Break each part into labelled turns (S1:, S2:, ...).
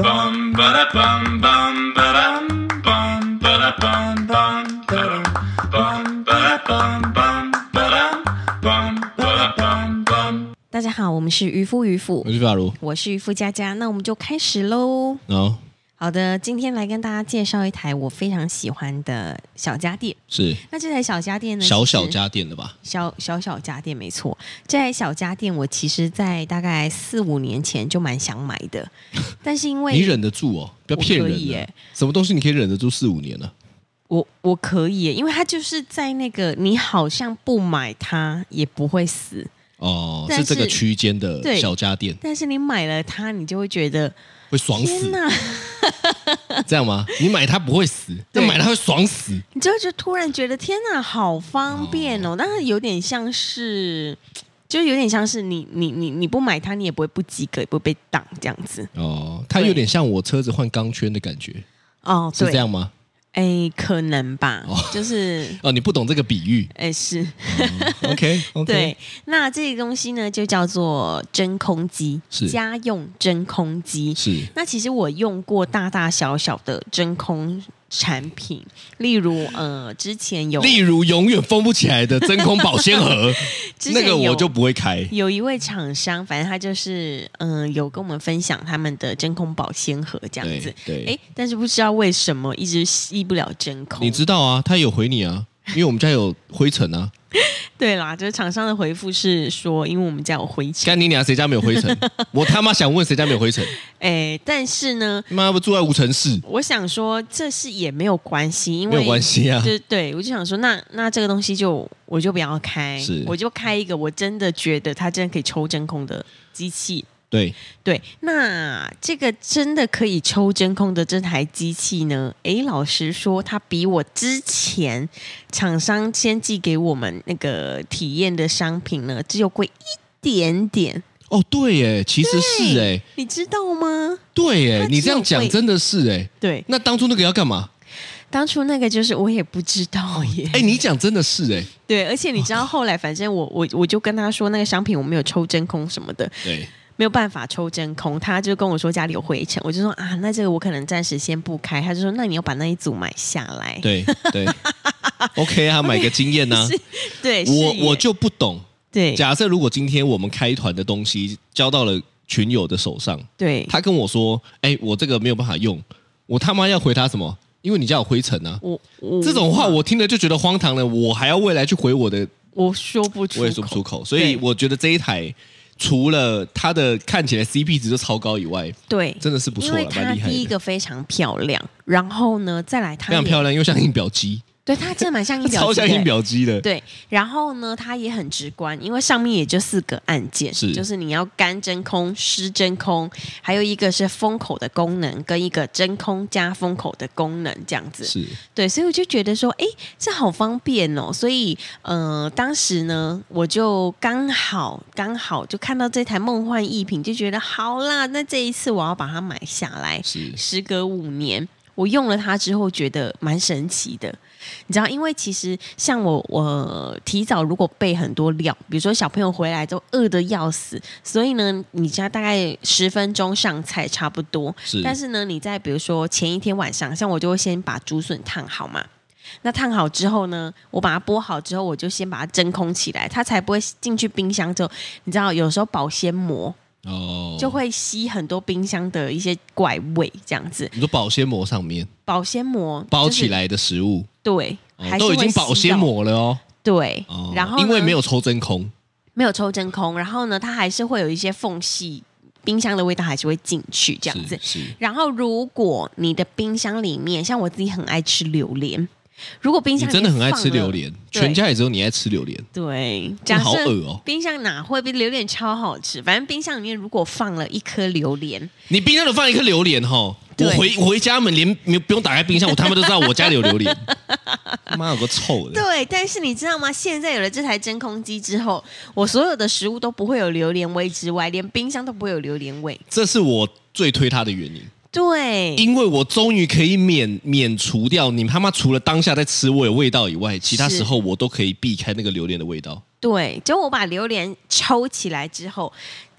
S1: bum ba da bum bum ba dum bum ba da bum bum ba dum bum ba da bum bum ba dum bum ba da bum bum。
S2: 大家好，我们是渔夫渔妇，
S3: 我是法如，
S2: 我是渔夫佳佳，那我们就开始喽。好的，今天来跟大家介绍一台我非常喜欢的小家电。
S3: 是，
S2: 那这台小家电呢？
S3: 小家电的吧？
S2: 小家电没错。这台小家电我其实在大概4-5年前就蛮想买的，但是因为
S3: 你忍得住哦，不要骗人。
S2: 我可以耶，
S3: 什么东西你可以忍得住4-5年呢？
S2: 我可以耶，因为它就是在那个你好像不买它也不会死
S3: 哦，是这个区间的小家电。
S2: 但是你买了它，你就会觉得
S3: 会爽死。
S2: 天哪！
S3: 这样吗？你买它不会死，但买它会爽死。
S2: 你就突然觉得天哪，好方便哦！但是有点像是，就有点像是你不买它，你也不会不及格，也不会被挡这样子。
S3: 哦，它有点像我车子换钢圈的感觉。
S2: 哦，
S3: 是这样吗？
S2: 哎，可能吧，就是
S3: 你不懂这个比喻，
S2: 哎，是
S3: ，OK，
S2: 对，那这个东西呢，就叫做真空机，
S3: 是
S2: 家用真空机，
S3: 是。
S2: 那其实我用过大大小小的真空产品，例如之前有，
S3: 例如永远封不起来的真空保鲜盒，那个我就不会开。
S2: 有一位厂商，反正他就是有跟我们分享他们的真空保鲜盒这样子，
S3: 对，
S2: 但是不知道为什么一直吸不了真空。
S3: 你知道啊，他有回你啊，因为我们家有灰尘啊。
S2: 对啦，就是厂商的回复是说，因为我们家有灰尘。
S3: 干你娘，谁家没有灰尘？我他妈想问谁家没有灰尘？
S2: 但是呢，
S3: 妈不住在无尘室。
S2: 我想说，这是也没有关系，因为
S3: 没有关系啊。
S2: 对，我就想说，那这个东西我就不要开，我就开一个我真的觉得它真的可以抽真空的机器。对，那这个真的可以抽真空的这台机器呢？老实说，它比我之前厂商先寄给我们那个体验的商品呢，只有贵一点点。
S3: 哦，对耶，其实是耶，
S2: 你知道吗？
S3: 对耶，你这样讲真的是耶。
S2: 对，
S3: 那当初那个要干嘛？
S2: 当初那个就是我也不知道耶。
S3: 你讲真的是耶。
S2: 对，而且你知道后来，反正我就跟他说，那个商品我没有抽真空什么的。
S3: 对。
S2: 没有办法抽真空，他就跟我说家里有灰尘，我就说啊，那这个我可能暂时先不开。他就说，那你要把那一组买下来。
S3: 对，OK 啊，买个经验呢。
S2: 对，
S3: 我就不懂。
S2: 对，
S3: 假设如果今天我们开团的东西交到了群友的手上，
S2: 对，
S3: 他跟我说，我这个没有办法用，我他妈要回他什么？因为你家有灰尘啊。这种话我听了就觉得荒唐了，我还要未来去回我的，
S2: 我说不出口，
S3: 我也说不出口，所以我觉得这一台。除了它的看起来 CP 值就超高以外，对，真的是不错了，蛮厉害的。因为它
S2: 第一个非常漂亮，然后呢，再来它
S3: 非常漂亮，又像印表机。
S2: 对，它真的蛮像印表机的，
S3: 超像印表机的。
S2: 对，然后呢，它也很直观，因为上面也就4个按键，就是你要干真空、湿真空，还有一个是封口的功能，跟一个真空加封口的功能，这样子。
S3: 是，
S2: 对，所以我就觉得说，这好方便哦。所以，当时呢，我就刚好就看到这台梦幻逸品，就觉得好啦，那这一次我要把它买下来。时隔5年。我用了它之后，觉得蛮神奇的，你知道，因为其实像我提早如果备很多料，比如说小朋友回来都饿得要死，所以呢，你家大概10分钟上菜差不多。但是呢，你在比如说前一天晚上，像我就会先把竹笋烫好嘛。那烫好之后呢，我把它剥好之后，我就先把它真空起来，它才不会进去冰箱之后，你知道，有时候保鲜膜。就会吸很多冰箱的一些怪味，这样子。
S3: 你说保鲜膜上面，
S2: 保鲜膜
S3: 包起来的食物，
S2: 对，
S3: 都已经保鲜膜了哦。
S2: 对，然后
S3: 因为没有抽真空，
S2: 然后呢，它还是会有一些缝隙，冰箱的味道还是会进去，这样子。然后，如果你的冰箱里面，像我自己很爱吃榴莲。如果冰箱
S3: 你真的很爱吃榴莲，全家也只有你爱吃榴莲。
S2: 对，
S3: 好恶哦！
S2: 冰箱哪会比榴莲超好吃？反正冰箱里面如果放了一颗榴莲，
S3: 你冰箱里放一颗榴莲哈，我回家门连不用打开冰箱，我他们都知道我家里有榴莲。妈有个臭的。
S2: 对，但是你知道吗？现在有了这台真空机之后，我所有的食物都不会有榴莲味之外，连冰箱都不会有榴莲味。
S3: 这是我最推它的原因。
S2: 对，
S3: 因为我终于可以免除掉你他妈除了当下在吃我有味道以外，其他时候我都可以避开那个榴莲的味道。
S2: 对，就我把榴莲抽起来之后，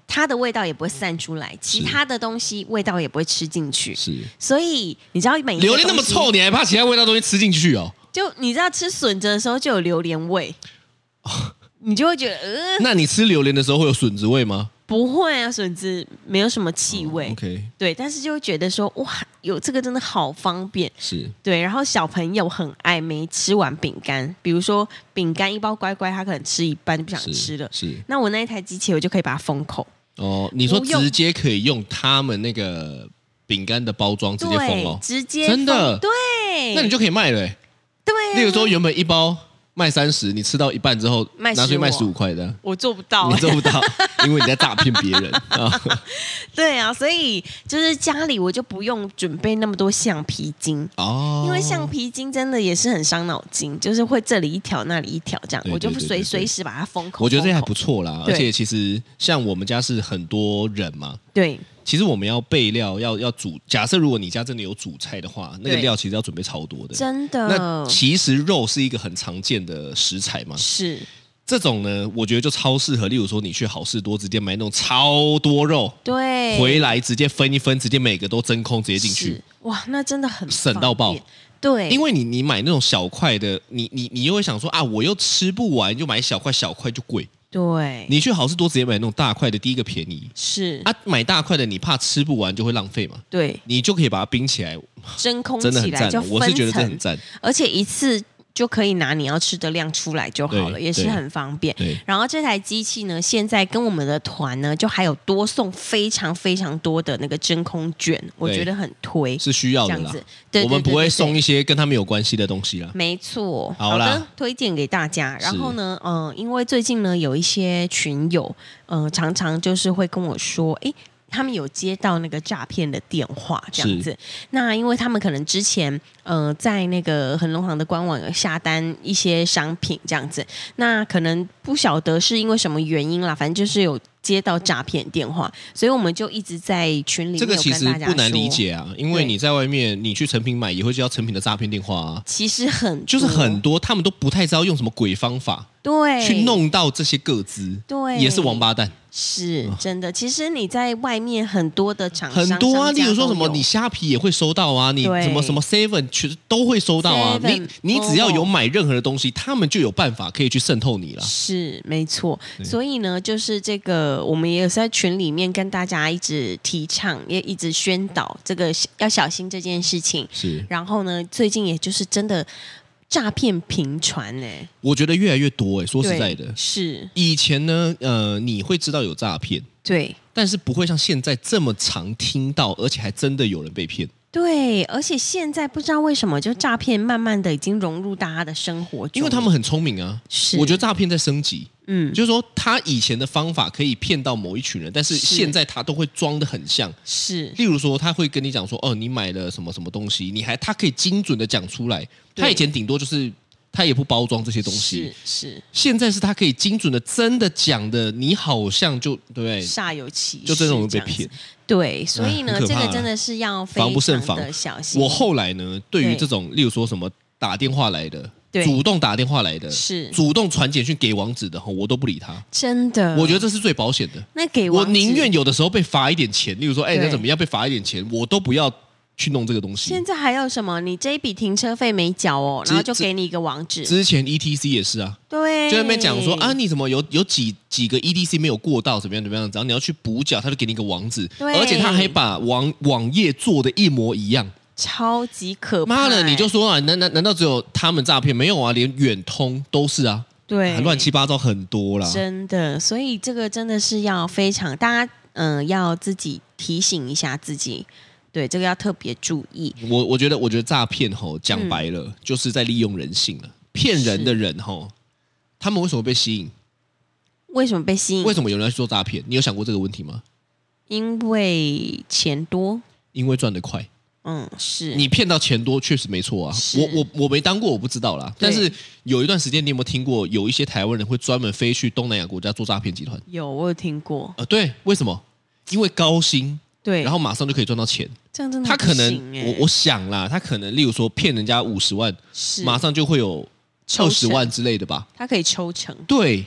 S2: 它的味道也不会散出来，其他的东西味道也不会吃进去。
S3: 是，
S2: 所以你知道每一个
S3: 榴莲那么臭，你还怕其他味道东西吃进去哦？
S2: 就你知道吃笋子的时候就有榴莲味，你就会觉得
S3: 那你吃榴莲的时候会有笋子味吗？
S2: 不会啊，笋子没有什么气味。
S3: OK，
S2: 对，但是就会觉得说哇，有这个真的好方便。
S3: 是
S2: 对，然后小朋友很爱没吃完饼干，比如说饼干一包乖乖，他可能吃一半就不想吃了。
S3: 是，
S2: 那我那一台机器我就可以把它封口。
S3: 哦，你说直接可以用他们那个饼干的包装直接封哦，
S2: 直接
S3: 真的
S2: 对，
S3: 那你就可以卖了。
S2: 对、啊，
S3: 例如说原本一包卖30，你吃到一半之后
S2: 拿
S3: 出去卖15块的，
S2: 我做不到，
S3: 你做不到，因为你在诈骗别人啊。
S2: 对啊，所以就是家里我就不用准备那么多橡皮筋哦，因为橡皮筋真的也是很伤脑筋，就是会这里一条那里一条这样，我就随时把它封口。
S3: 我觉得这还不错啦，而且其实像我们家是很多人嘛，
S2: 对。
S3: 其实我们要备料，要煮。假设如果你家真的有煮菜的话，那个料其实要准备超多的。
S2: 真的。
S3: 那其实肉是一个很常见的食材嘛。
S2: 是。
S3: 这种呢，我觉得就超适合。例如说，你去好事多直接买那种超多肉，
S2: 对，
S3: 回来直接分一分，直接每个都真空，直接进去。
S2: 哇，那真的很
S3: 省到爆。
S2: 对，
S3: 因为你买那种小块的，你又会想说啊，我又吃不完，就买小块，小块就贵。
S2: 对，
S3: 你去好事多直接买那种大块的，第一个便宜
S2: 是
S3: 啊，买大块的你怕吃不完就会浪费嘛，
S2: 对，
S3: 你就可以把它冰起来，
S2: 真空
S3: 真的很赞，我是觉得这很赞，
S2: 而且一次就可以拿你要吃的量出来就好了，也是很方便。然后这台机器呢，现在跟我们的团呢，就还有多送非常非常多的那个真空卷，我觉得很推，
S3: 是需要的啦。
S2: 对，
S3: 我们不会送一些跟他们有关系的东西啦。
S2: 没错，
S3: 好的，
S2: 推荐给大家。然后呢，因为最近呢有一些群友，常常就是会跟我说，哎。他们有接到那个诈骗的电话，这样子。那因为他们可能之前在那个恒隆行的官网有下单一些商品，这样子。那可能不晓得是因为什么原因啦，反正就是有接到诈骗电话，所以我们就一直在群里面有跟大家说。
S3: 这个其实不难理解啊，因为你在外面你去成品买也会接到成品的诈骗电话啊。
S2: 其实就是
S3: 很多，他们都不太知道用什么鬼方法。
S2: 对，
S3: 去弄到这些个资，
S2: 对，
S3: 也是王八蛋，
S2: 是真的。其实你在外面很多的厂商，
S3: 很多啊，例如说什么，你虾皮也会收到啊，你什么 Seven 其实都会收到啊。你只要有买任何的东西，他们就有办法可以去渗透你了。
S2: 是没错，所以呢，就是这个，我们也有在群里面跟大家一直提倡，也一直宣导这个要小心这件事情。
S3: 是，
S2: 然后呢，最近也就是真的。诈骗频传哎，
S3: 我觉得越来越多哎。说实在的，
S2: 是
S3: 以前呢，你会知道有诈骗，
S2: 对，
S3: 但是不会像现在这么常听到，而且还真的有人被骗。
S2: 对，而且现在不知道为什么，就诈骗慢慢的已经融入大家的生活中，
S3: 因为他们很聪明啊。
S2: 是，
S3: 我觉得诈骗在升级。就是说他以前的方法可以骗到某一群人，但是现在他都会装得很像。
S2: 是，
S3: 例如说他会跟你讲说，哦，你买了什么什么东西，他可以精准的讲出来。他以前顶多就是他也不包装这些东西，
S2: 是。
S3: 现在是他可以精准的真的讲的，你好像就对不对？
S2: 煞有其事，
S3: 就这种被骗。
S2: 对，所以呢，这个真的是要非常的小心。
S3: 我后来呢，对于这种例如说什么打电话来的。主动打电话来的，
S2: 是
S3: 主动传简讯给网址的，我都不理他。
S2: 真的，
S3: 我觉得这是最保险的。
S2: 那给
S3: 我宁愿有的时候被罚一点钱，例如说，哎，那怎么样被罚一点钱，我都不要去弄这个东西。
S2: 现在还有什么？你这一笔停车费没缴哦，然后就给你一个网址。
S3: 之前 ETC 也是啊，
S2: 对，
S3: 就在那边讲说啊，你怎么有几个 ETC 没有过到，怎么样，然后你要去补缴，他就给你一个网址，而且他还把网页做的一模一样。
S2: 超级可怕！
S3: 妈的，你就说啊，难道只有他们诈骗？没有啊，连远通都是啊，
S2: 对，
S3: 乱七八糟很多啦。
S2: 真的，所以这个真的是要非常大家要自己提醒一下自己，对这个要特别注意。
S3: 我觉得诈骗讲白了，就是在利用人性了。骗人的人他们为什么被吸引？
S2: 为什么被吸引？
S3: 为什么有人要去做诈骗？你有想过这个问题吗？
S2: 因为钱多，
S3: 因为赚得快。
S2: 是
S3: 你骗到钱多，确实没错啊。我没当过，我不知道啦。但是有一段时间，你有没有听过有一些台湾人会专门飞去东南亚国家做诈骗集团？
S2: 有，我有听过。
S3: 对，为什么？因为高薪，
S2: 对，
S3: 然后马上就可以赚到钱。
S2: 这样真的
S3: 他可能我想啦，他可能例如说骗人家50万，马上就会有20万之类的吧。
S2: 他可以抽成。
S3: 对。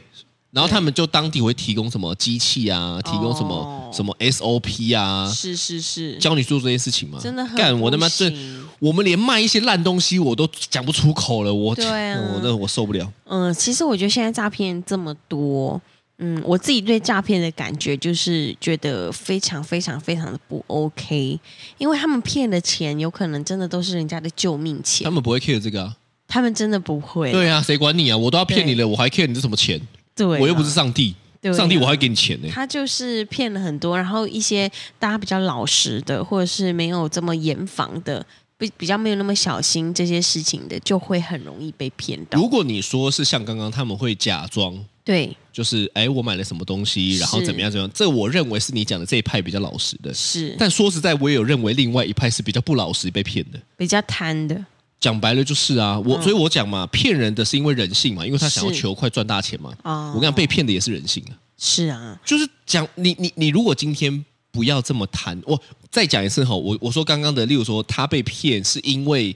S3: 然后他们就当地会提供什么机器啊，提供什么 SOP 啊，
S2: 是，
S3: 教你做这些事情嘛。
S2: 真的很
S3: 干我他妈
S2: 这，
S3: 我们连卖一些烂东西我都讲不出口了，
S2: 对啊，
S3: 我受不了。
S2: 其实我觉得现在诈骗这么多。我自己对诈骗的感觉就是觉得非常非常非常的不 OK， 因为他们骗的钱有可能真的都是人家的救命钱，
S3: 他们不会 care 这个啊，
S2: 他们真的不会。
S3: 对啊，谁管你啊？我都要骗你了，我还 care 你这什么钱？
S2: 对，
S3: 我又不是上帝，上帝我还给你钱呢。
S2: 他就是骗了很多，然后一些大家比较老实的，或者是没有这么严防的。比较没有那么小心这些事情的，就会很容易被骗到。
S3: 如果你说是像刚刚他们会假装，
S2: 对，
S3: 就是我买了什么东西，然后怎么样怎么样，这我认为是你讲的这一派比较老实的。
S2: 是，
S3: 但说实在，我也有认为另外一派是比较不老实被骗的，
S2: 比较贪的。
S3: 讲白了就是啊，所以我讲嘛，骗人的是因为人性嘛，因为他想要求快赚大钱嘛。我跟你讲，被骗的也是人性啊。是啊，就是讲你如果今天不要这么贪，我再讲一次哈，我说刚刚的，例如说他被骗是因为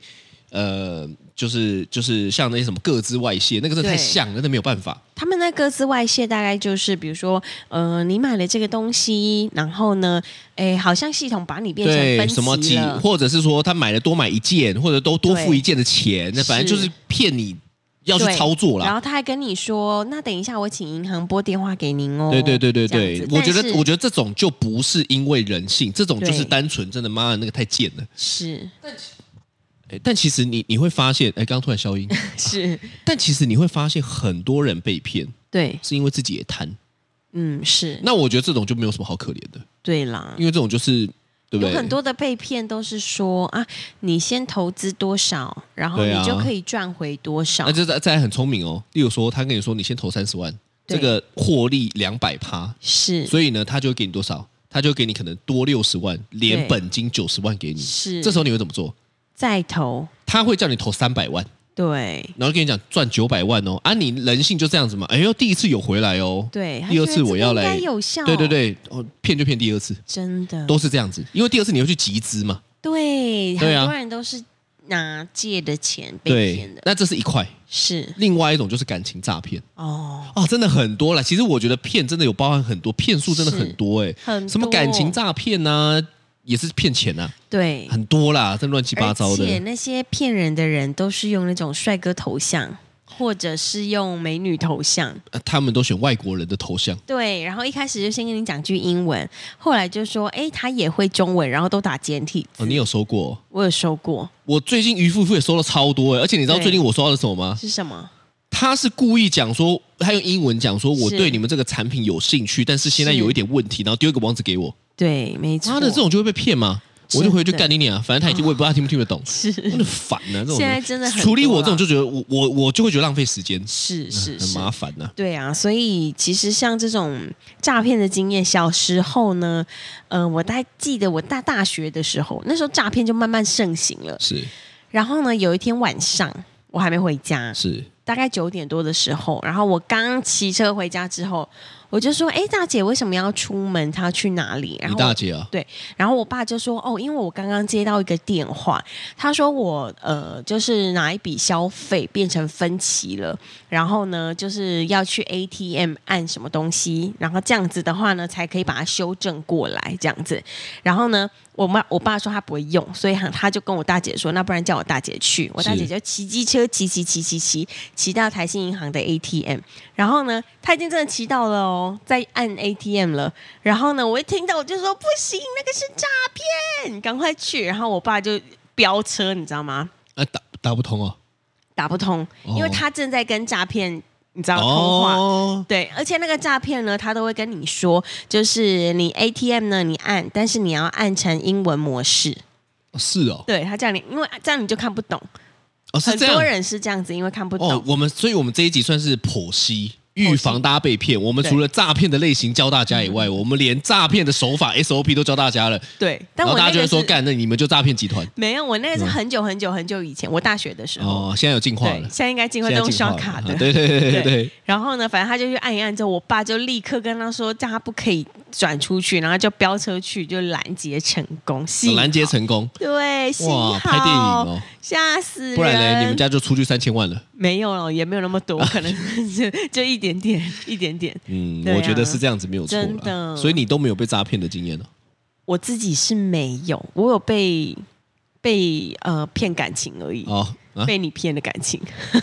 S3: 就是像那些什么个资外泄，那个真的太像了，那没有办法。
S2: 他们那个资外泄大概就是比如说你买了这个东西，然后呢好像系统把你变成分级了，什么
S3: 或者是说他多买一件，或者多付一件的钱，那反正就是骗你要去操作啦。
S2: 然后他还跟你说，那等一下我请银行拨电话给您哦。
S3: 对，我觉得这种就不是因为人性，这种就是单纯真的妈的那个太贱了。是。但其实你会发现，刚刚突然消音
S2: 是，
S3: 但其实你会发现很多人被骗，
S2: 对，
S3: 是因为自己也贪，
S2: 是。
S3: 那我觉得这种就没有什么好可怜的，对
S2: 啦，
S3: 因为这种就是对不对？
S2: 有很多的被骗都是说啊，你先投资多少，然后你就可以赚回多少。
S3: 那这再很聪明哦，例如说他跟你说你先投30万，这个获利200%，
S2: 是，
S3: 所以呢他就会给你多少？他就给你可能多60万，连本金90万给你，
S2: 是。
S3: 这时候你会怎么做？
S2: 再投，
S3: 他会叫你投300万，
S2: 对，
S3: 然后跟你讲赚900万哦，你人性就这样子嘛，第一次有回来哦，
S2: 对，
S3: 第二次我要来，
S2: 有效，
S3: 对，骗就骗第二次，
S2: 真的
S3: 都是这样子，因为第二次你会去集资嘛，
S2: 对，很多人都是拿借的钱被骗的，
S3: 那这是一块，
S2: 是
S3: 另外一种就是感情诈骗真的很多了，其实我觉得骗真的有包含很多，骗术真的很多很多什么感情诈骗啊。也是骗钱啊，
S2: 对，
S3: 很多啦，这乱七八糟的。
S2: 而且那些骗人的人都是用那种帅哥头像，或者是用美女头像，
S3: 他们都选外国人的头像。
S2: 对，然后一开始就先跟你讲句英文，后来就说，他也会中文，然后都打简体字。
S3: 你有收过？
S2: 我有收过。
S3: 我最近渔夫也收了超多而且你知道最近我收到的是什么吗？
S2: 是什么？
S3: 他是故意讲说，他用英文讲说，我对你们这个产品有兴趣，但是现在有一点问题，然后丢一个网址给我。对，
S2: 没错。
S3: 妈的，这种就会被骗吗？我就回去干你俩，反正他已经我也不知道他听不听得懂，
S2: 是，
S3: 真的烦呢。这种
S2: 现在真的很
S3: 处理我这种就觉得我就会觉得浪费时间，
S2: 是
S3: 很麻烦呢。
S2: 对啊，所以其实像这种诈骗的经验，小时候呢，我还记得我大学的时候，那时候诈骗就慢慢盛行了。是，然后呢，有一天晚上我还没回家，是大概9点多的时候，然后我刚骑车回家之后。我就说，大姐为什么要出门？她要去哪里？然后
S3: 你大姐啊？
S2: 对，然后我爸就说，因为我刚刚接到一个电话，他说我就是哪一笔消费变成分期了，然后呢，就是要去 ATM 按什么东西，然后这样子的话呢，才可以把它修正过来，这样子。然后呢，我爸说他不会用，所以他就跟我大姐说，那不然叫我大姐去。我大姐就骑机车骑到台信银行的 ATM， 然后呢，他已经真的骑到了在按 ATM 了。然后呢，我一听到我就说不行，那个是诈骗，赶快去。然后我爸就飙车，你知道吗？
S3: 打不通哦，
S2: 打不通，因为他正在跟诈骗。你知道通话对，而且那个诈骗呢，他都会跟你说，就是你 ATM 呢，你按，但是你要按成英文模式。
S3: 是哦，
S2: 对他这样因为这样你就看不懂。
S3: 是这样，
S2: 很多人是这样子，因为看不懂。
S3: 所以我们这一集算是剖析。预防大家被骗，我们除了诈骗的类型教大家以外，我们连诈骗的手法 SOP 都教大家了。对，然后大家就会说干，那你们就诈骗集团。没有，我那个是很久以前，我大学的时候。现在有进化了，现在应该进化都用刷卡的。对。然后呢，反正他就去按一按之后，我爸就立刻跟他说，叫他不可以
S2: 转出去，然后就飙车去，就拦截成功，
S3: 拦截成功，
S2: 对，
S3: 哇，拍电影哦，
S2: 吓死人！
S3: 不然呢，你们家就出去3000万了？
S2: 没有了，也没有那么多，可能就一点点，一点点。
S3: 我觉得是这样子没有错啦，真的。所以你都没有被诈骗的经验呢？
S2: 我自己是没有，我有被骗感情而已，被你骗的感情。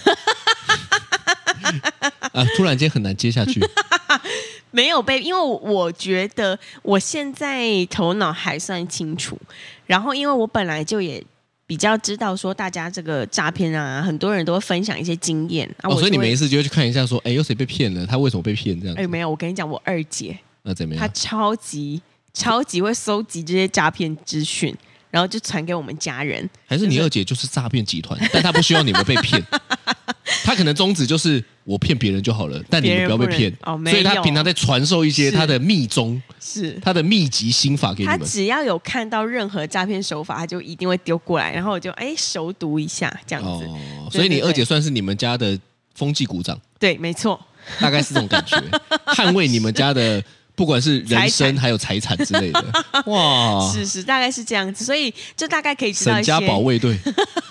S3: 突然间很难接下去。
S2: 没有被，因为我觉得我现在头脑还算清楚，然后因为我本来就也比较知道说大家这个诈骗啊，很多人都会分享一些经验
S3: 所以你没事就会去看一下说，有谁被骗了，他为什么被骗这样？
S2: 没有，我跟你讲，我二姐
S3: 那怎么样？
S2: 她超级会搜集这些诈骗资讯，然后就传给我们家人。
S3: 还是你二姐就是诈骗集团，但她不需要你们被骗，她可能宗旨就是我骗别人就好了，但你们不要被骗。所以她平常在传授一些她的秘宗，是她的秘籍心法给你们。
S2: 她只要有看到任何诈骗手法，她就一定会丢过来，然后我就熟读一下这样子。
S3: 所以你二姐算是你们家的风纪股长。
S2: 对，没错，
S3: 大概是这种感觉，捍卫你们家的。不管是人身还有财产之类的，哇，
S2: 是大概是这样子，所以就大概可以知道一些。
S3: 沈家保卫队，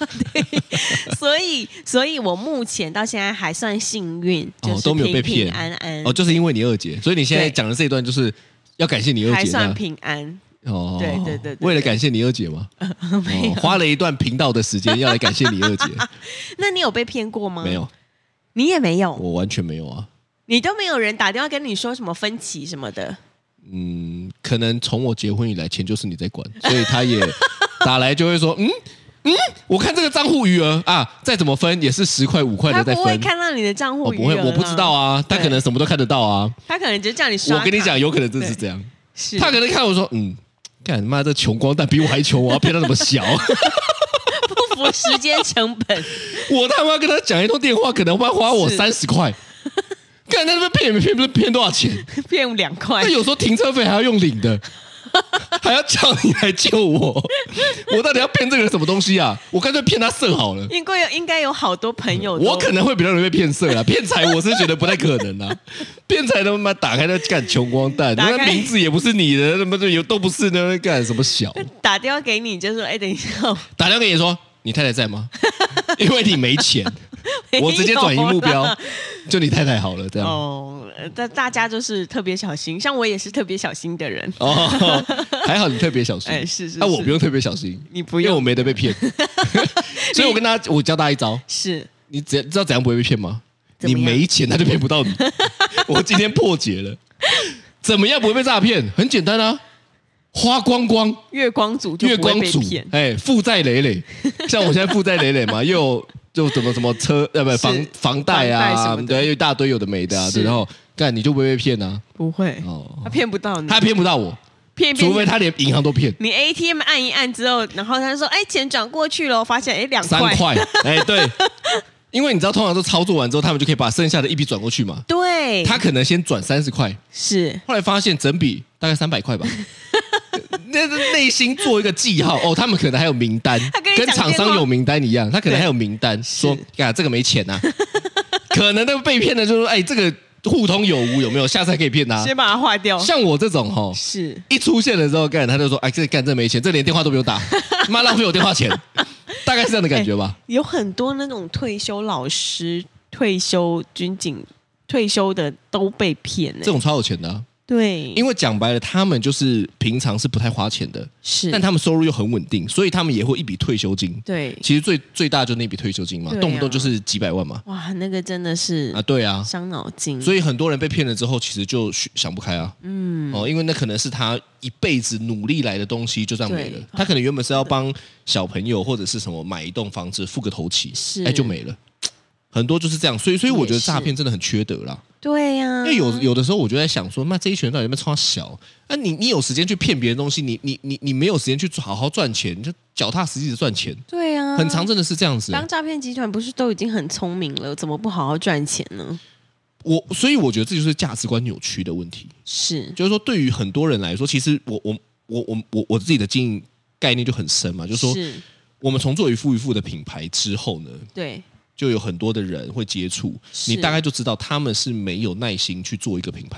S2: 对，所以我目前到现在还算幸运，就是
S3: 都没有被骗，
S2: 平安安。
S3: 就是因为你二姐，所以你现在讲的这一段就是要感谢你二姐，
S2: 还算平安。对，
S3: 为了感谢你二姐吗？
S2: 没有，
S3: 花了一段频道的时间要来感谢你二姐。
S2: 那你有被骗过吗？
S3: 没有，
S2: 你也没有，
S3: 我完全没有啊。
S2: 你都没有人打电话跟你说什么分期什么的？
S3: 可能从我结婚以来，钱就是你在管，所以他也打来就会说，我看这个账户余额啊，再怎么分也是10块5块的在分。他
S2: 不会看到你的账户余额，
S3: 不会，我不知道啊，他可能什么都看得到啊。
S2: 他可能就叫你刷卡。
S3: 我跟你讲，有可能真是这样。他可能看我说，干妈这穷光蛋比我还穷，我要骗他那么小。
S2: 不符时间成本。
S3: 我他妈跟他讲一通电话，可能会花我30块。看他那边骗多少钱？
S2: 骗2块。
S3: 他有时候停车费还要用领的，还要叫你来救我。我到底要骗这个人什么东西啊？我干脆骗他色好了。
S2: 应该有好多朋友。
S3: 我可能会比较容易被骗色啦，骗财我是觉得不太可能啦。骗财他妈打开那干穷光蛋，那名字也不是你的，他妈都不是呢，干什么小？
S2: 打电话给你就说，等一下。
S3: 打电话给你说，你太太在吗？因为你没钱。我直接转移目标，就你太太好了，这样。
S2: 大家就是特别小心，像我也是特别小心的人。
S3: 还好你特别小心，
S2: 是。
S3: 我不用特别小心，
S2: 你不用，
S3: 因为我没得被骗。所以我教大家一招，
S2: 是
S3: 你知道怎样不会被骗吗？你没钱，他就骗不到你。我今天破解了，怎么样不会被诈骗？很简单啊。花光光，
S2: 月光族就不会被骗。
S3: 负债累累，像我现在负债累累嘛，又有就怎么车房贷啊，对，又一大堆有的没的啊，然后干你就不会被骗啊？
S2: 不会，他骗不到你，
S3: 他骗不到我，除非他连银行都骗。
S2: 你 ATM 按一按之后，然后他说钱转过去了，发现
S3: 2块，3块，对。因为你知道，通常都操作完之后，他们就可以把剩下的一笔转过去嘛。
S2: 对，
S3: 他可能先转30块，
S2: 是，
S3: 后来发现整笔大概300块吧。那内心做一个记号他们可能还有名单，跟厂商有名单一样，他可能还有名单，说这个没钱啊。可能那个被骗的就说，这个互通有无，有没有？下次还可以骗他，
S2: 先把它划掉。
S3: 像我这种
S2: 是
S3: 一出现的时候他就说，这没钱，这连电话都不用打，妈浪费我电话钱。大概是这样的感觉吧。
S2: 有很多那种退休老师、退休军警、退休的都被骗
S3: 这种超有钱的啊。
S2: 对，
S3: 因为讲白了，他们就是平常是不太花钱的，
S2: 是，
S3: 但他们收入又很稳定，所以他们也会一笔退休金。
S2: 对，
S3: 其实最大就是那笔退休金嘛，动不动就是几百万嘛。
S2: 哇，那个真的是
S3: 对啊，
S2: 伤脑筋。
S3: 所以很多人被骗了之后，其实就想不开啊。因为那可能是他一辈子努力来的东西，就这样没了。他可能原本是要帮小朋友或者是什么买一栋房子付个头期，就没了。很多就是这样，所以我觉得诈骗真的很缺德啦。
S2: 对呀，
S3: 因为有的时候我就在想说，那这一群人到底有没有超小？你有时间去骗别人东西，你没有时间去好好赚钱，你就脚踏实地的赚钱。
S2: 对呀，
S3: 很常真的是这样子。
S2: 当诈骗集团不是都已经很聪明了，怎么不好好赚钱呢？
S3: 所以我觉得这就是价值观扭曲的问题。
S2: 是，
S3: 就是说对于很多人来说，其实我自己的经营概念就很深嘛，就是说我们从做一副的品牌之后呢，
S2: 对。
S3: 就有很多的人会接触，你大概就知道他们是没有耐心去做一个品牌的。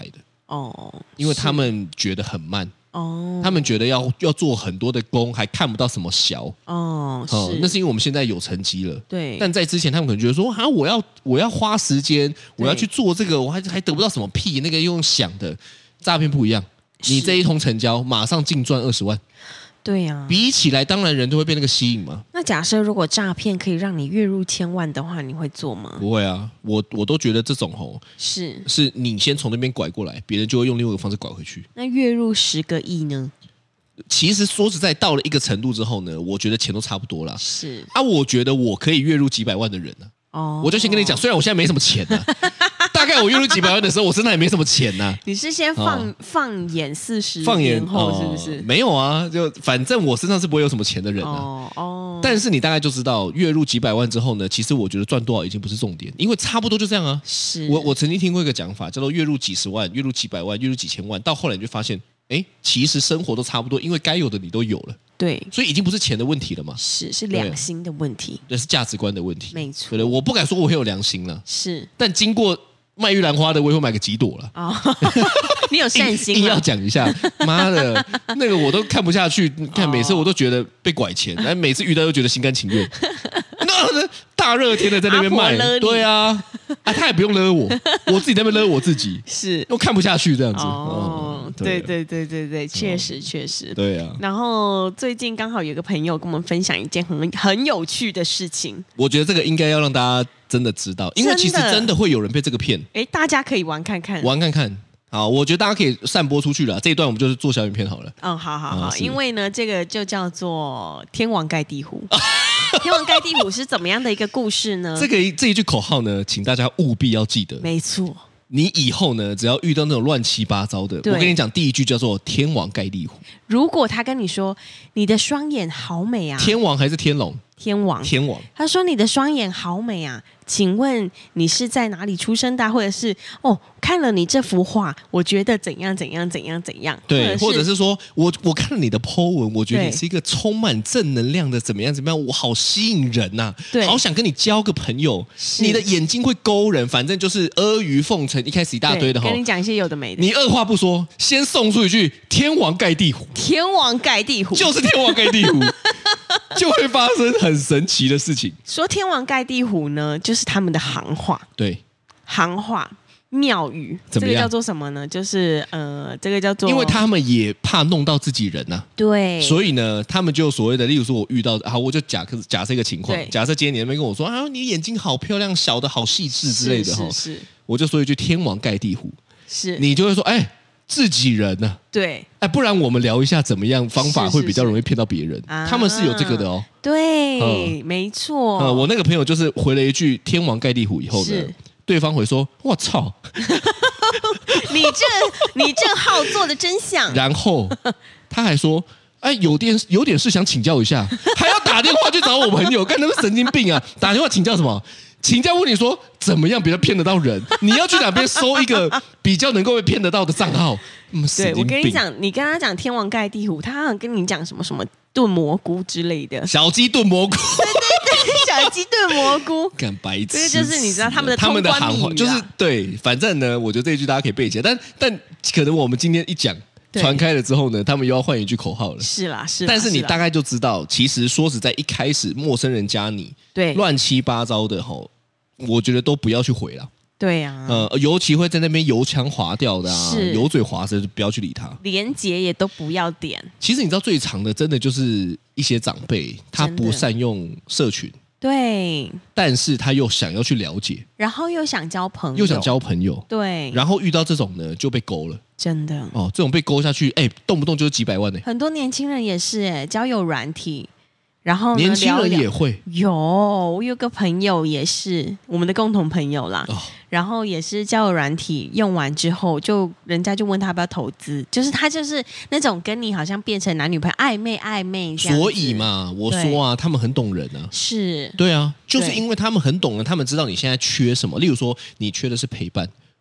S3: 因为他们觉得很慢。他们觉得要做很多的工，还看不到什么小那是因为我们现在有成绩了。
S2: 对，
S3: 但在之前他们可能觉得说我要花时间，我要去做这个，我还得不到什么屁，那个用想的。诈骗不一样，你这一通成交，马上净赚20万。
S2: 对呀，
S3: 比起来，当然人都会被那个吸引嘛。
S2: 那假设如果诈骗可以让你月入1000万的话，你会做吗？
S3: 不会啊，我都觉得这种是你先从那边拐过来，别人就会用另外一个方式拐回去。
S2: 那月入10个亿呢？
S3: 其实说实在，到了一个程度之后呢，我觉得钱都差不多啦。
S2: 是
S3: 啊，我觉得我可以月入几百万的人呢。我就先跟你讲，虽然我现在没什么钱呢。大概我月入几百万的时候，我身上也没什么钱呐。
S2: 你是先放眼40年后是不是？
S3: 没有啊，就反正我身上是不会有什么钱的人但是你大概就知道，月入几百万之后呢，其实我觉得赚多少已经不是重点，因为差不多就这样啊。
S2: 是
S3: 我曾经听过一个讲法，叫做月入几十万、月入几百万、月入几千万，到后来你就发现，其实生活都差不多，因为该有的你都有了。
S2: 对，
S3: 所以已经不是钱的问题了嘛，
S2: 是良心的问题，
S3: 这是价值观的问题，
S2: 没错。
S3: 对，我不敢说我很有良心了，
S2: 是，
S3: 但经过卖玉兰花的，我也会买个几朵了。
S2: 你有善心，
S3: 硬要讲一下，妈的，那个我都看不下去，看每次我都觉得被拐钱，每次遇到又觉得心甘情愿。那大热天的在那边卖，对啊，他也不用勒我，我自己在那边勒我自己，
S2: 是，
S3: 我看不下去这样子。
S2: 对，确实，
S3: 对啊。
S2: 然后最近刚好有个朋友跟我们分享一件很有趣的事情，
S3: 我觉得这个应该要让大家真的知道，因为其实真的会有人被这个骗。
S2: 大家可以玩看看。
S3: 好，我觉得大家可以散播出去了。这一段我们就是做小影片好了。
S2: 好，因为呢，这个就叫做天王盖地虎。天王盖地虎是怎么样的一个故事呢？
S3: 这一句口号呢，请大家务必要记得。
S2: 没错。
S3: 你以后呢，只要遇到那种乱七八糟的，我跟你讲，第一句叫做天王盖地虎。
S2: 如果他跟你说你的双眼好美啊，
S3: 天王还是天龙？
S2: 天王。他说你的双眼好美啊，请问你是在哪里出生的？或者是看了你这幅画，我觉得怎样？
S3: 对，或者是说我看了你的 po 文，我觉得你是一个充满正能量的，怎么样？我好吸引人呐，好想跟你交个朋友。你的眼睛会勾人，反正就是阿谀奉承，一开始一大堆的
S2: 跟你讲一些有的没的。
S3: 你二话不说，先送出一句天王盖地虎，就是天王盖地虎。就会发生很神奇的事情。
S2: 说天王盖地虎呢，就是他们的行话。
S3: 对，
S2: 行话妙语，这个叫做什么呢？就是这个叫做，
S3: 因为他们也怕弄到自己人呐。
S2: 对，
S3: 所以呢，他们就所谓的，例如说我遇到，好，我就假设一个情况，假设今天你那边跟我说啊，你眼睛好漂亮，小的好细致之类的哈，
S2: 是，
S3: 我就说一句天王盖地虎，
S2: 是，
S3: 你就会说自己人呢？
S2: 对，
S3: 不然我们聊一下怎么样方法会比较容易骗到别人。他们是有这个的哦。
S2: 对，没错。
S3: 我那个朋友就是回了一句“天王盖地虎”以后呢，对方回说：“我操，
S2: 你这号做的真像。”
S3: 然后他还说：“有点事想请教一下，还要打电话去找我朋友，干他妈神经病啊！打电话请教什么？”请教问你说怎么样比较骗得到人？你要去哪边搜一个比较能够被骗得到的账号？
S2: 对，我跟你讲，你跟他讲天王盖地虎，他好像跟你讲什么炖蘑菇之类的，
S3: 小鸡炖蘑菇。
S2: 对，小鸡炖蘑菇，
S3: 干白痴。
S2: 这就是你知道他们的
S3: 行话，就是对，反正呢，我觉得这一句大家可以背起来，但可能我们今天一讲。传开了之后呢，他们又要换一句口号了。
S2: 是啦，
S3: 但是你大概就知道，其实说实在，一开始陌生人加你，
S2: 对，
S3: 乱七八糟的我觉得都不要去回了。
S2: 对呀，
S3: 尤其会在那边油腔滑调的油嘴滑舌，就不要去理他。
S2: 连结也都不要点。
S3: 其实你知道最长的，真的就是一些长辈，他不善用社群。
S2: 对，
S3: 但是他又想要去了解，
S2: 然后又想交朋友，对，
S3: 然后遇到这种呢就被勾了，
S2: 真的
S3: 这种被勾下去，动不动就是几百万呢。
S2: 很多年轻人也是交友软体，然后
S3: 年轻人也会
S2: 我有个朋友也是我们的共同朋友啦，然后也是交友软体用完之后，人家就问他要不要投资，就是他就是那种跟你好像变成男女朋友暧昧这样子。
S3: 所以嘛，我说啊，他们很懂人啊，
S2: 是，
S3: 对啊，就是因为他们很懂人，他们知道你现在缺什么。例如说，你缺的是陪伴，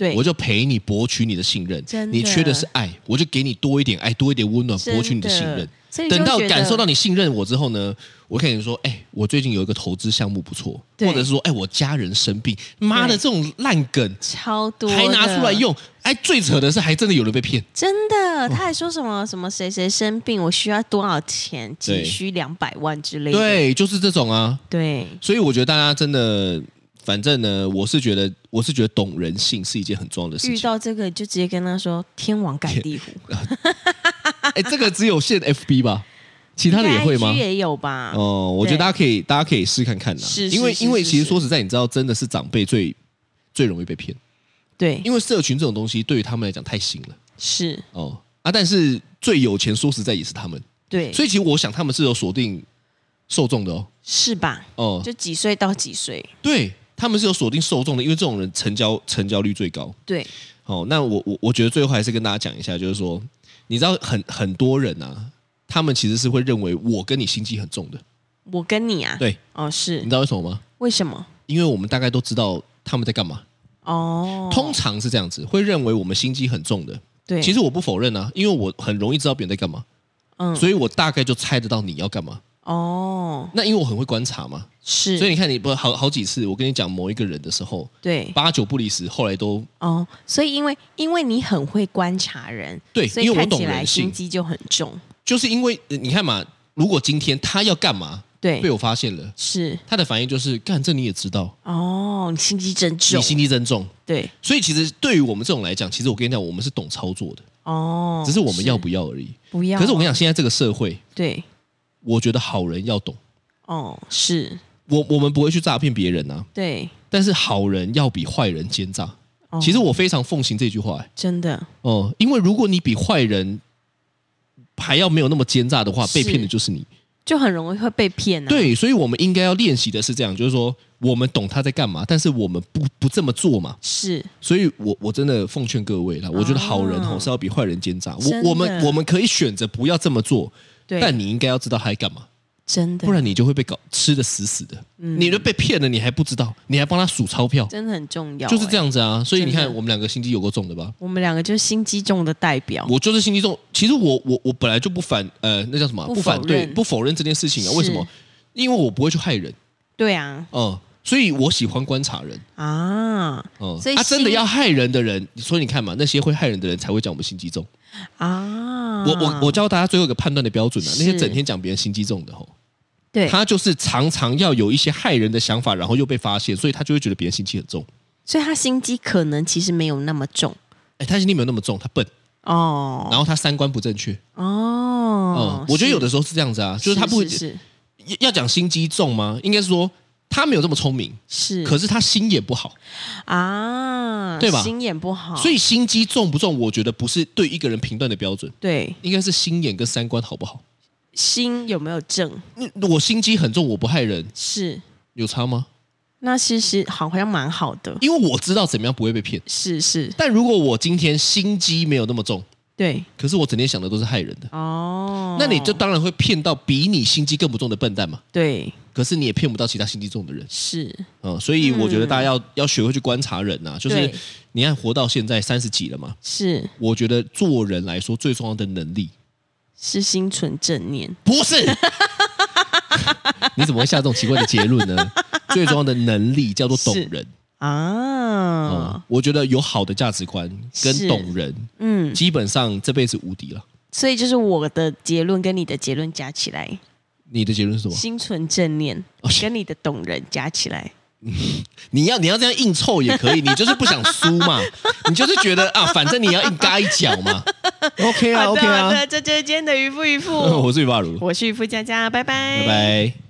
S2: 对，
S3: 我就陪你博取你的信任。你缺的是爱，我就给你多一点爱，多一点温暖，博取你的信任。等到感受到你信任我之后呢，我可以说，我最近有一个投资项目不错，或者是说，我家人生病，妈的，这种烂梗
S2: 超多，
S3: 还拿出来用，最扯的是还真的有人被骗，
S2: 真的，他还说什么谁谁生病，我需要多少钱，急需200万之类的，
S3: 对，就是这种啊，
S2: 对，
S3: 所以我觉得大家真的。反正呢，我是觉得懂人性是一件很重要的事情。
S2: 遇到这个就直接跟他说天王盖地虎。
S3: 这个只有限 FB 吧？其他的也会吗？
S2: IG 也有吧？
S3: 哦，我觉得大家可以试看看啦。因为其实说实在，你知道，真的是长辈最容易被骗。
S2: 对，
S3: 因为社群这种东西对于他们来讲太新了。
S2: 是
S3: 但是最有钱，说实在也是他们。
S2: 对，
S3: 所以其实我想他们是有锁定受众的
S2: 是吧？就几岁到几岁？
S3: 对。他们是有锁定受众的，因为这种人成交率最高。
S2: 对，
S3: 那我觉得最后还是跟大家讲一下，就是说，你知道很多人啊，他们其实是会认为我跟你心机很重的。
S2: 我跟你啊？
S3: 对，
S2: 是。
S3: 你知道为什么吗？
S2: 为什么？
S3: 因为我们大概都知道他们在干嘛。通常是这样子，会认为我们心机很重的。
S2: 对，
S3: 其实我不否认啊，因为我很容易知道别人在干嘛。所以我大概就猜得到你要干嘛。那因为我很会观察嘛，
S2: 是，
S3: 所以你看，你不好几次，我跟你讲某一个人的时候，
S2: 对
S3: ，8、9不离10，后来都
S2: 所以因为你很会观察人，
S3: 对，
S2: 所以看起来心机就很重，
S3: 就是因为你看嘛，如果今天他要干嘛，对，被我发现了，
S2: 是
S3: 他的反应就是干这你也知道
S2: 你心机真重，
S3: 你心机真重，
S2: 对，
S3: 所以其实对于我们这种来讲，其实我跟你讲，我们是懂操作的只是我们要不要而已，
S2: 不要。
S3: 可是我跟你讲，现在这个社会，
S2: 对，
S3: 我觉得好人要懂。
S2: 是
S3: 我们不会去诈骗别人啊，
S2: 对，
S3: 但是好人要比坏人奸诈。其实我非常奉行这句话，
S2: 真的
S3: 因为如果你比坏人还要没有那么奸诈的话，被骗的就是你，
S2: 就很容易会被骗啊。
S3: 对，所以我们应该要练习的是这样，就是说我们懂他在干嘛，但是我们不这么做嘛。
S2: 是，
S3: 所以我真的奉劝各位啦，我觉得好人是要比坏人奸诈。我们可以选择不要这么做，但你应该要知道他在干嘛。
S2: 真的，
S3: 不然你就会被吃得死死的。你就被骗了，你还不知道，你还帮他数钞票，
S2: 真的很重要。
S3: 就是这样子啊，所以你看，我们两个心机有够重的吧？
S2: 我们两个就是心机重的代表。
S3: 我就是心机重。其实我本来就不反那叫什么？不反对、不否认这件事情啊。为什么？因为我不会去害人。
S2: 对啊。
S3: 所以我喜欢观察人
S2: 啊。所以
S3: 真的要害人的人，所以你看嘛，那些会害人的人才会讲我们心机重啊。我教大家最后一个判断的标准啊，那些整天讲别人心机重的
S2: 对，
S3: 他就是常常要有一些害人的想法，然后又被发现，所以他就会觉得别人心机很重。
S2: 所以他心机可能其实没有那么重。
S3: 他心机没有那么重，他笨然后他三观不正确我觉得有的时候是这样子啊，就是他不要讲心机重吗？应该是说他没有这么聪明，可是他心眼不好啊，对吧？
S2: 心眼不好，
S3: 所以心机重不重，我觉得不是对一个人评断的标准，
S2: 对，
S3: 应该是心眼跟三观好不好。
S2: 心有没有正？
S3: 我心机很重，我不害人，
S2: 是
S3: 有差吗？
S2: 那其实好像蛮好的，
S3: 因为我知道怎么样不会被骗。
S2: 是，
S3: 但如果我今天心机没有那么重，
S2: 对，
S3: 可是我整天想的都是害人的那你就当然会骗到比你心机更不重的笨蛋嘛。
S2: 对，
S3: 可是你也骗不到其他心机重的人。
S2: 是
S3: 所以我觉得大家要学会去观察人啊，就是你看活到现在30几了嘛，
S2: 是，
S3: 我觉得做人来说最重要的能力。
S2: 是心存正念，
S3: 不是？你怎么会下这种奇怪的结论呢？最重要的能力叫做懂人啊！我觉得有好的价值观跟懂人，基本上这辈子无敌了。
S2: 所以就是我的结论跟你的结论加起来，
S3: 你的结论是什么？
S2: 心存正念跟你的懂人加起来。
S3: 你要这样硬凑也可以，你就是不想输嘛，你就是觉得反正你要硬嘎一脚嘛。OK 啊，OK 啊，
S2: 这就是今天的渔夫渔妇。
S3: 我是渔霸如，
S2: 我是渔夫佳佳，拜拜，
S3: 拜拜。